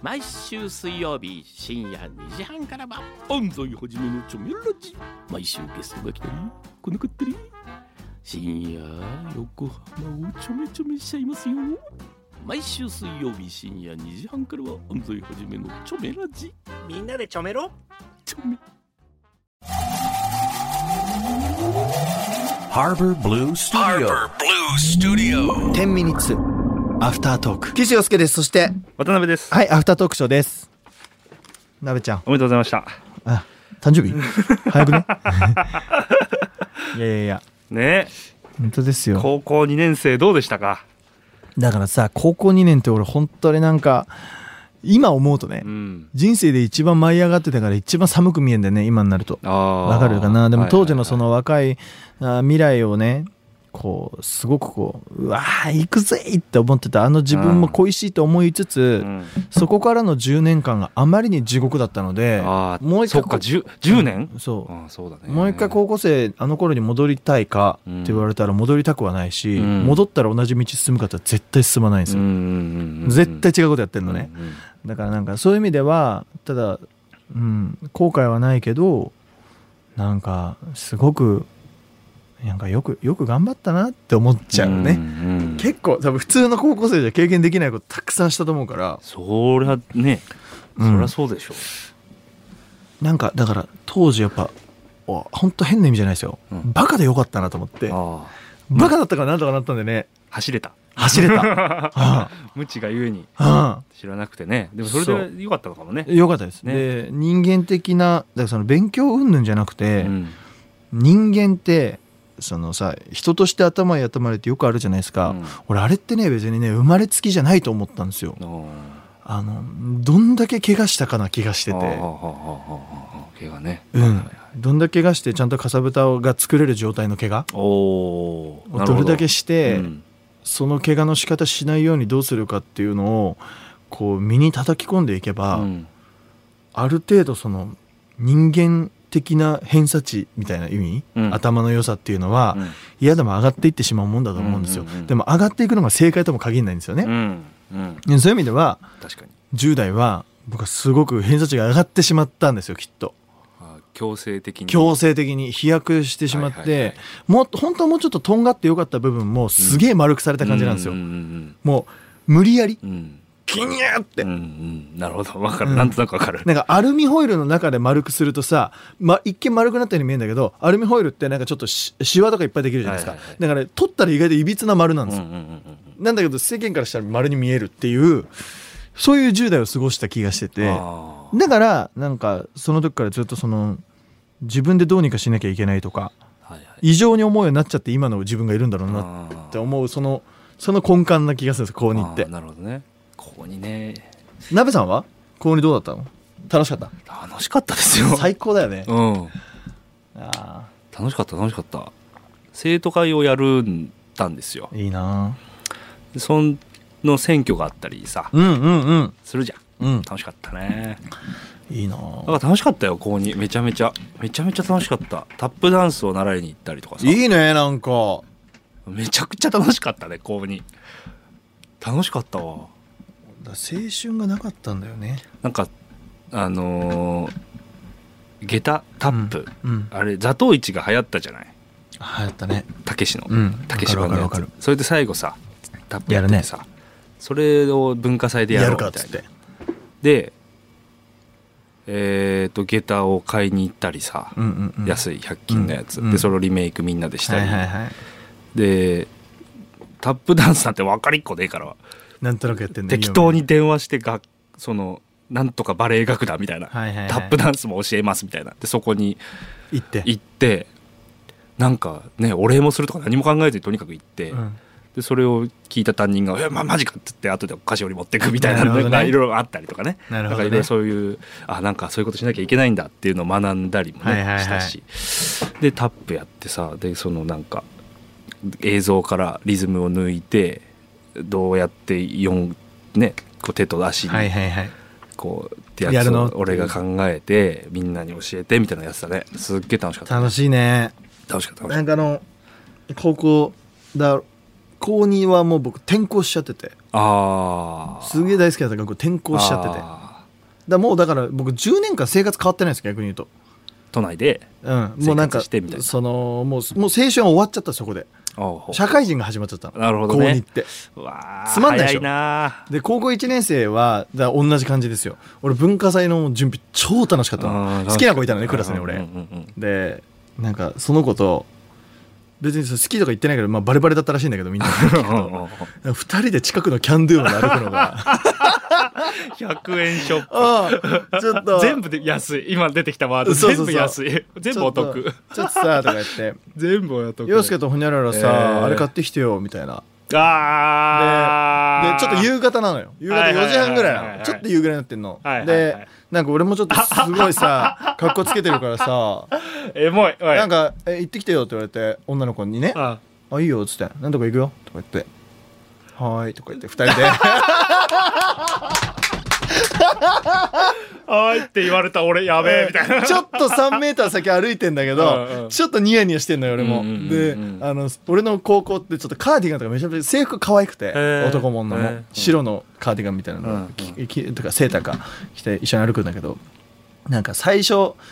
毎週水曜日深夜2時半からは安西はじめのチョメラジ。毎週ゲストが来たり来なかったり、深夜横浜をちょめちょめしちゃいますよ。毎週水曜日深夜2時半からは安西はじめのチョメラジ。 みんなでちょめろ。 チョメ Harbor Blue Studio 10ミニッツアフタートーク、岸洋介です。そして渡辺です。 はい、アフタートークショーです。なべちゃんおめでとうございました。 あ、誕生日早くねいやね、 本当ですよ。 高校2年生どうでしたか？ だからさ、高校2年って俺本当になんか今思うとね、人生で一番舞い上がってたから一番寒く見えんだよね、今になると。わかるかな。でも当時のその若い未来をね、こうすごくこう、うわー行くぜって思ってたあの自分も恋しいと思いつつ、そこからの10年間があまりに地獄だったので、もう一回、 そっか 10年、 そうだね。 もう一回高校生あの頃に戻りたいかって言われたら戻りたくはないし、戻ったら同じ道進むかって絶対進まないんですよ。絶対違うことやってるのね。だからなんかそういう意味ではただ、後悔はないけど、なんかすごくなんかよく頑張ったなって思っちゃうね。結構多分普通の高校生じゃ経験できないことたくさんしたと思うから。 そりゃね、そりゃそうでしょ。 なんかだから当時やっぱ本当変な意味じゃないですよ、バカでよかったなと思って。バカだったからなんとかなったんでね。 走れた無知がゆえに知らなくてね。でもそれでよかったのかもね。 よかったですね。で人間的な、だからその勉強云々じゃなくて、人間ってそのさ、人として頭や頭れってよくあるじゃないですか。俺あれってね、別にね生まれつきじゃないと思ったんですよ。どんだけ怪我したかな気がしてて。 怪我ね。 どんだけ怪我してちゃんとかさぶたが作れる状態の怪我をどれだけして、その怪我の仕方しないようにどうするかっていうのをこう身に叩き込んでいけば、ある程度その人間的な偏差値みたいな意味、頭の良さっていうのは、嫌でも上がっていってしまうもんだと思うんですよ。でも上がっていくのが正解とも限らないんですよね。そういう意味では確かに10代は僕はすごく偏差値が上がってしまったんですよ、きっと。 強制的に飛躍してしまって、本当はもうちょっととんがってよかった部分もすげえ丸くされた感じなんですよ。もう無理やり、キニューって、 なるほど、分かる、なんとなく分かる。 なんかアルミホイルの中で丸くするとさ、一見丸くなったように見えるんだけど、アルミホイルってなんかちょっとシワとかいっぱいできるじゃないですか。だから取ったら意外といびつな丸なんですよ。なんだけど世間からしたら丸に見えるっていう、そういう10代を過ごした気がしてて、だからなんかその時からずっとその自分でどうにかしなきゃいけないとか、異常に思うようになっちゃって今の自分がいるんだろうなって思う、その根幹な気がするんです、高2って。 なるほどね。高2ね。 なべさんは高2どうだったの？楽しかった？ 楽しかったですよ。 最高だよね。 楽しかった生徒会をやるたんですよ。 いいな。 その選挙があったりさ、するじゃん。楽しかったね。 いいな。 だから楽しかったよ、高2。めちゃめちゃ楽しかった。タップダンスを習いに行ったりとかさ。 いいね。なんかめちゃくちゃ楽しかったね、高2。楽しかったわ。 青春がなかったんだよね。 なんか下駄タップ、あれ座頭市が流行ったじゃない。 流行ったね。 たけしののやつ。それで最後さタップやってさ、ね、それを文化祭でやろうみたいな。で下駄を買いに行ったりさ、安い100均のやつ、でそれをリメイクみんなでしたり、でタップダンスなんて分かりっこでいいからなんとなくやってんね。 適当に電話してそのなんとかバレエ楽団みたいな、タップダンスも教えますみたいな。でそこに行ってなんかね、お礼もするとか何も考えずにとにかく行って、でそれを聞いた担任がマジかって言って後でお菓子折り持ってくみたいなのがいろいろあったりとかね。なんかいろいろそういうなんかそういうことしなきゃいけないんだっていうのを学んだりもねしたし、でタップやってさ、でそのなんか映像からリズムを抜いてどうやってこう手と足にこうってやつを俺が考えてみんなに教えてみたいなやつだね。すっげえ楽しかった。 楽しいね。 楽しかった。 なんか高校2はもう僕転校しちゃってて、 すげえ大好きだった学校転校しちゃってて、もうだから僕10年間生活変わってないです逆に言うと。 都内でもうなんかそのもう青春は終わっちゃったそこで。社会人が始まっちゃったの。 なるほどね。 高2ってつまんないでしょ。で高校1年生は同じ感じですよ。俺文化祭の準備超楽しかったの。好きな子いたのねクラスに俺、でなんかその子と別に好きとか言ってないけど、バレバレだったらしいんだけどみんな2人で近くのキャンドゥまで歩くのが 100円ショップちょっと全部で安い。今出てきたワード全部安い。全部お得。 ちょっとさとか言って全部お得。 陽介とほにゃららさ、あれ買ってきてよみたいな。でちょっと夕方なのよ。夕方4時半ぐらいなの。ちょっと夕ぐらいになってんの。でなんか俺もちょっとすごいさ格好つけてるからさエモい。 なんか行ってきてよって言われて女の子にね、いいよっつって、なんとか行くよとか言って、はーいとか言って2人ではいって言われた俺やべえみたいなちょっと3メーター先歩いてんだけどちょっとニヤニヤしてんのよ俺も。で俺の高校ってちょっとカーディガンとかめちゃめちゃ制服可愛くて、男も女も白のカーディガンみたいなのとかセーターか着て一緒に歩くんだけど、なんか最初の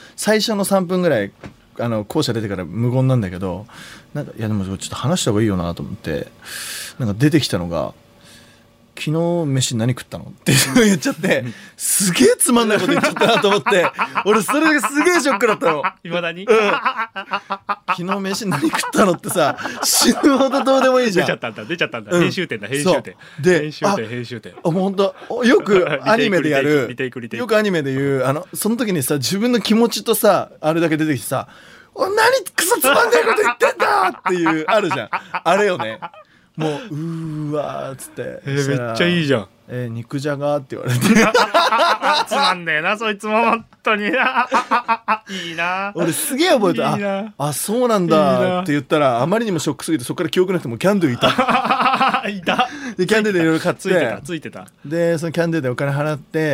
3分ぐらい校舎出てから無言なんだけど、なんかいやでもちょっと話した方がいいよなと思って、なんか出てきたのが昨日飯何食ったのって言っちゃって、すげえつまんないこと言っちゃったなと思って俺それがすげえショックだったの。 いまだに、 昨日飯何食ったのってさ死ぬほどどうでもいいじゃん。 出ちゃったんだ、編集点だ編集点もうほんとよくアニメでやるよくアニメで言うその時にさ自分の気持ちとさあれだけ出てきてさ、何クソつまんないこと言ってんだっていうあるじゃん。あれよね。もううーわーっつって、 めっちゃいいじゃん。 肉じゃがって言われてつまんねえなそいつも本当にいいな。 俺すげえ覚えた。あそうなんだって言ったらあまりにもショックすぎてそこから記憶なくてもキャンドゥいたでキャンドゥでいろいろ買ってついてたでそのキャンドゥでお金払って、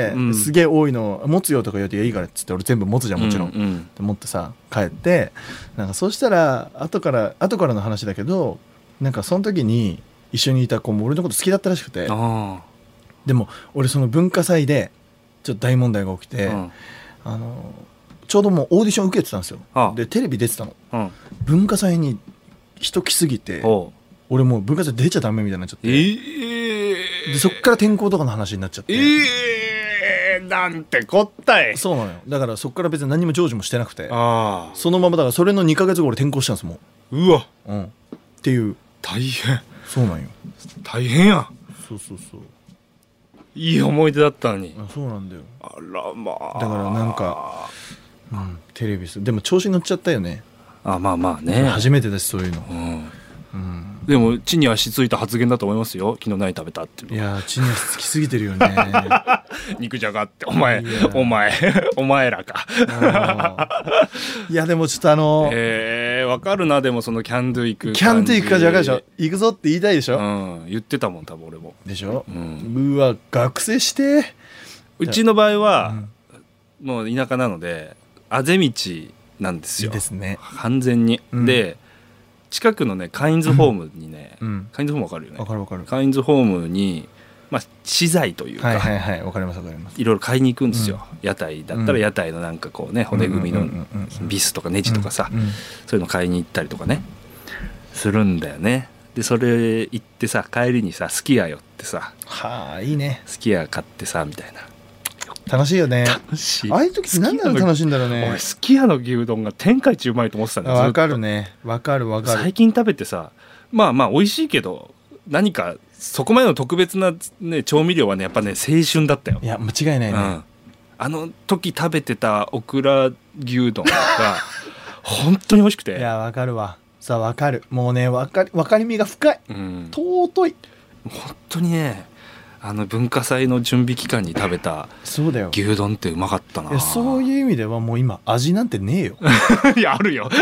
すげえ多いの持つよとか言うていいからっつって俺全部持つじゃんもちろん、で持ってさ帰ってなんかそうしたら後からの話だけど、なんかその時に一緒にいた子も俺のこと好きだったらしくて、でも俺その文化祭でちょっと大問題が起きて、ちょうどもうオーディション受けてたんですよ。でテレビ出てたの、文化祭に人来すぎて俺もう文化祭出ちゃダメみたいになっちゃって、でそっから転校とかの話になっちゃって、 なんてこったい。 そうなのよ。だからそっから別に何も成就もしてなくて、そのままだからそれの2ヶ月後俺転校したんですもん。 うわ、 っていう大変。 そうなんよ。 大変や。 そういい思い出だったのに。 そうなんだよ。 あらまあ。 だからなんか、テレビでも調子に乗っちゃったよね。 まあね。 初めてだしそういうの。 でも地に足ついた発言だと思いますよ。昨日何食べたっていうの。 いや地に足つきすぎてるよね肉じゃがってお前らかいやでもちょっとわかるな。でもそのキャンドゥ行くかじゃがでしょ。行くぞって言いたいでしょ。 言ってたもん多分俺もでしょ。うわ学生してうちの場合は、もう田舎なのであぜ道なんですよ。 いいですね完全に、で近くのねカインズホームにね、カインズホームわかるよね。 わかるカインズホームに資材というか、 わかりますいろいろ買いに行くんですよ。屋台だったら屋台のなんかこうね骨組みのビスとかネジとかさ、そういうの買いに行ったりとかねするんだよね。でそれ行ってさ帰りにさすき家寄ってさ、 いいね。 すき家買ってさみたいな。 楽しいよね。 楽しい。 ああいう時って何なの楽しいんだろうね。 俺すき家の牛丼が天下一うまいと思ってたんだよ。 わかるね。わかる。 最近食べてさ、まあ美味しいけど何かそこまでの特別な、ね、調味料はねやっぱね青春だったよ。 いや間違いないね、 あの時食べてたオクラ牛丼が本当に美味しくて。 いやわかるわ。さあわかる。もうねわかりみが深い、尊い。 本当にね文化祭の準備期間に食べた牛丼ってうまかったな。 そういう意味ではもう今味なんてねえよいやあるよ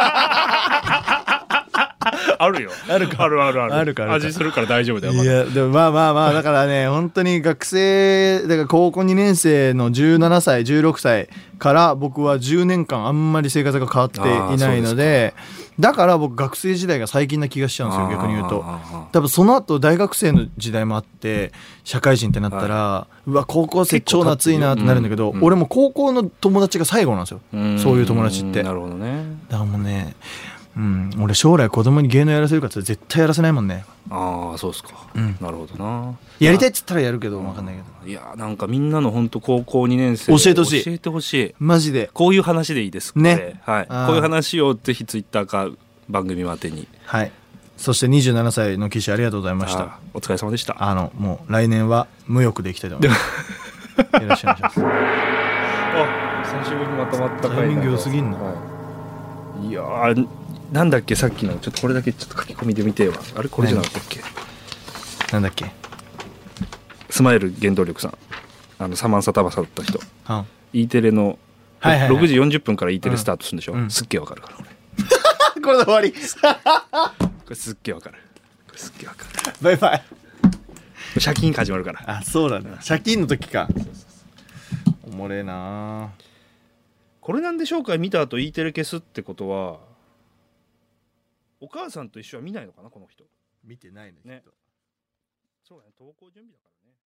あるよ。あるか味するから大丈夫だよ。 いやでもまあだからね本当に学生だから高校2年生の17歳16歳から僕は10年間あんまり生活が変わっていないので、 だから僕学生時代が最近な気がしちゃうんですよ、逆に言うと。多分その後大学生の時代もあって社会人ってなったら、はい、うわ高校生超夏いなってなるんだけど、俺も高校の友達が最後なんですよ、そういう友達って。 なるほどね。 だからもうね、俺将来子供に芸能やらせるかって絶対やらせないもんね。 ああそうですか、なるほどな。 やりたいっつったらやるけど分かんないけど、 いやなんかみんなの本当高校2年生教えてほしいマジで。 こういう話でいいですね、 はい、こういう話をぜひツイッターか番組宛てに。 はい。そして27歳の騎士ありがとうございました。 お疲れ様でした。 もう来年は無欲でいきたいと思いますよろしくお願いします。 久しぶりにまとまったタイミング良すぎんな、 いやなんだっけさっきのちょっとこれだけちょっと書き込みで見てよ。あれこれじゃなかったっけ。 なんだっけ。 スマイル原動力さん、サマンサタバサだった人、E テレの6時40分から E テレスタートするんでしょ、すっげえわかるからこれこれで終わりこれすっげえわかる、これすっげえわかる。 バイバイ。 借金始まるから。 あ、そうなんだ、借金の時か。おもれえな。 これなんでしょうか見た後 E テレ消すってことはお母さんと一緒は見ないのかなこの人。 見てないのね。 そうだね、登校準備だから。